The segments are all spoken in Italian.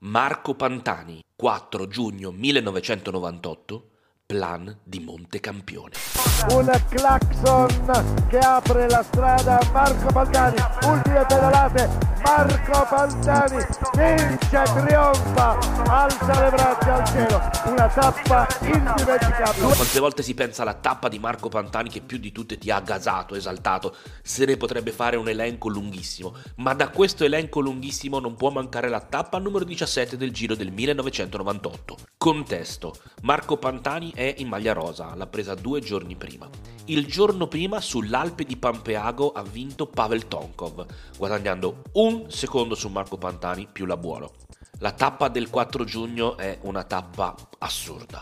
Marco Pantani, 4 giugno 1998, Plan di Montecampione. Un clacson che apre la strada a Marco Pantani, ultime pedalate, Marco Pantani vince, trionfa, alza le braccia al cielo, una tappa indimenticabile. Quante volte si pensa alla tappa di Marco Pantani che più di tutte ti ha gasato, esaltato, se ne potrebbe fare un elenco lunghissimo, ma da questo elenco lunghissimo non può mancare la tappa numero 17 del Giro del 1998. Contesto: Marco Pantani è in maglia rosa, l'ha presa 2 giorni prima. Il giorno prima sull'Alpe di Pampeago ha vinto Pavel Tonkov, guadagnando 1 secondo su Marco Pantani più la buono. La tappa del 4 giugno è una tappa assurda,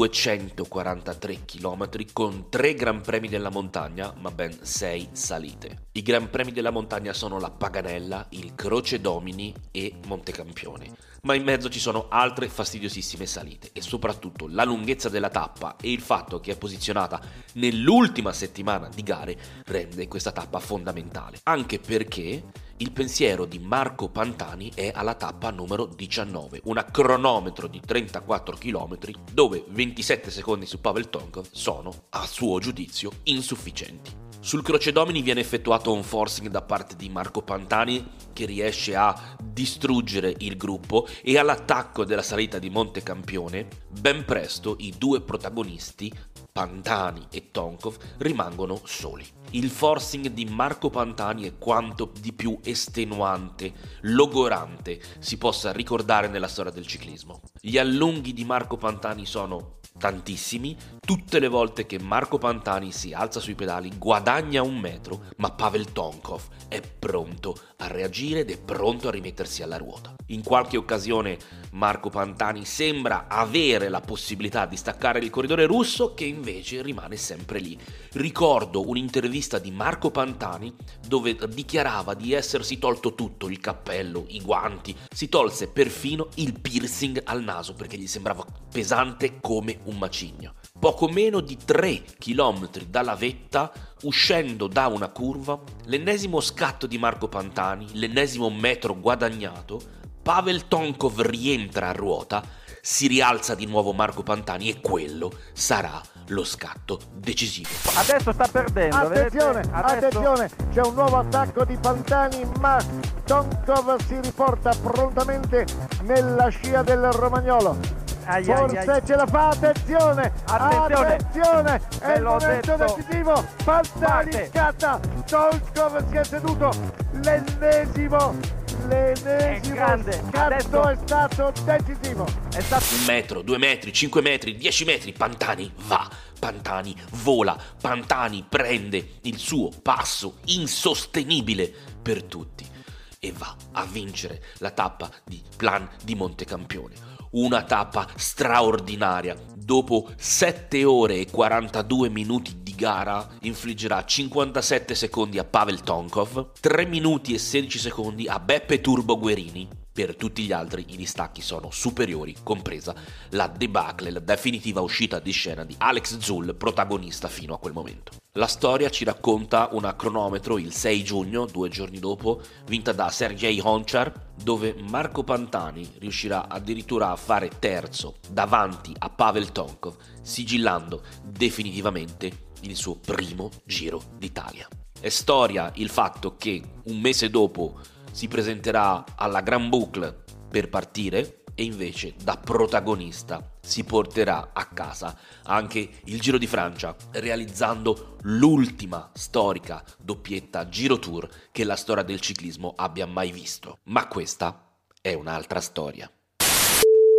243 km con 3 Gran Premi della montagna, ma ben 6 salite. I Gran Premi della montagna sono la Paganella, il Croce Domini e Montecampione, ma in mezzo ci sono altre fastidiosissime salite e soprattutto la lunghezza della tappa e il fatto che è posizionata nell'ultima settimana di gare rende questa tappa fondamentale, anche perché il pensiero di Marco Pantani è alla tappa numero 19, una cronometro di 34 km dove 27 secondi su Pavel Tonkov sono, a suo giudizio, insufficienti. Sul Croce Domini viene effettuato un forcing da parte di Marco Pantani che riesce a distruggere il gruppo e all'attacco della salita di Montecampione, ben presto i due protagonisti, Pantani e Tonkov, rimangono soli. Il forcing di Marco Pantani è quanto di più estenuante, logorante si possa ricordare nella storia del ciclismo. Gli allunghi di Marco Pantani sono tantissimi, tutte le volte che Marco Pantani si alza sui pedali guadagna 1 metro, ma Pavel Tonkov è pronto a reagire ed è pronto a rimettersi alla ruota. In qualche occasione Marco Pantani sembra avere la possibilità di staccare il corridore russo, che invece rimane sempre lì. Ricordo un'intervista di Marco Pantani dove dichiarava di essersi tolto tutto, il cappello, i guanti, si tolse perfino il piercing al naso perché gli sembrava pesante come un macigno. Poco meno di 3 chilometri dalla vetta, uscendo da una curva, l'ennesimo scatto di Marco Pantani, l'ennesimo metro guadagnato, Pavel Tonkov rientra a ruota, si rialza di nuovo Marco Pantani e quello sarà lo scatto decisivo. Adesso sta perdendo. Attenzione, vedete? Adesso... attenzione, c'è un nuovo attacco di Pantani, ma Tonkov si riporta prontamente nella scia del romagnolo. Forse ce la fa, attenzione, attenzione, è il momento decisivo, Pantani scatta, Tonkov si è seduto, l'ennesimo scatto è stato decisivo. È stato 1 metro, 2 metri, 5 metri, 10 metri, Pantani va, Pantani vola, Pantani prende il suo passo insostenibile per tutti e va a vincere la tappa di Plan di Montecampione. Una tappa straordinaria. Dopo 7 ore e 42 minuti di gara infliggerà 57 secondi a Pavel Tonkov, 3 minuti e 16 secondi a Beppe Turbo Guerini. Per tutti gli altri i distacchi sono superiori, compresa la debacle, la definitiva uscita di scena di Alex Zul, protagonista fino a quel momento. La storia ci racconta una cronometro il 6 giugno, 2 giorni dopo, vinta da Sergej Honchar, dove Marco Pantani riuscirà addirittura a fare terzo davanti a Pavel Tonkov, sigillando definitivamente il suo primo Giro d'Italia. È storia il fatto che un mese dopo si presenterà alla Grand Boucle per partire e invece da protagonista si porterà a casa anche il Giro di Francia, realizzando l'ultima storica doppietta Giro Tour che la storia del ciclismo abbia mai visto. Ma questa è un'altra storia.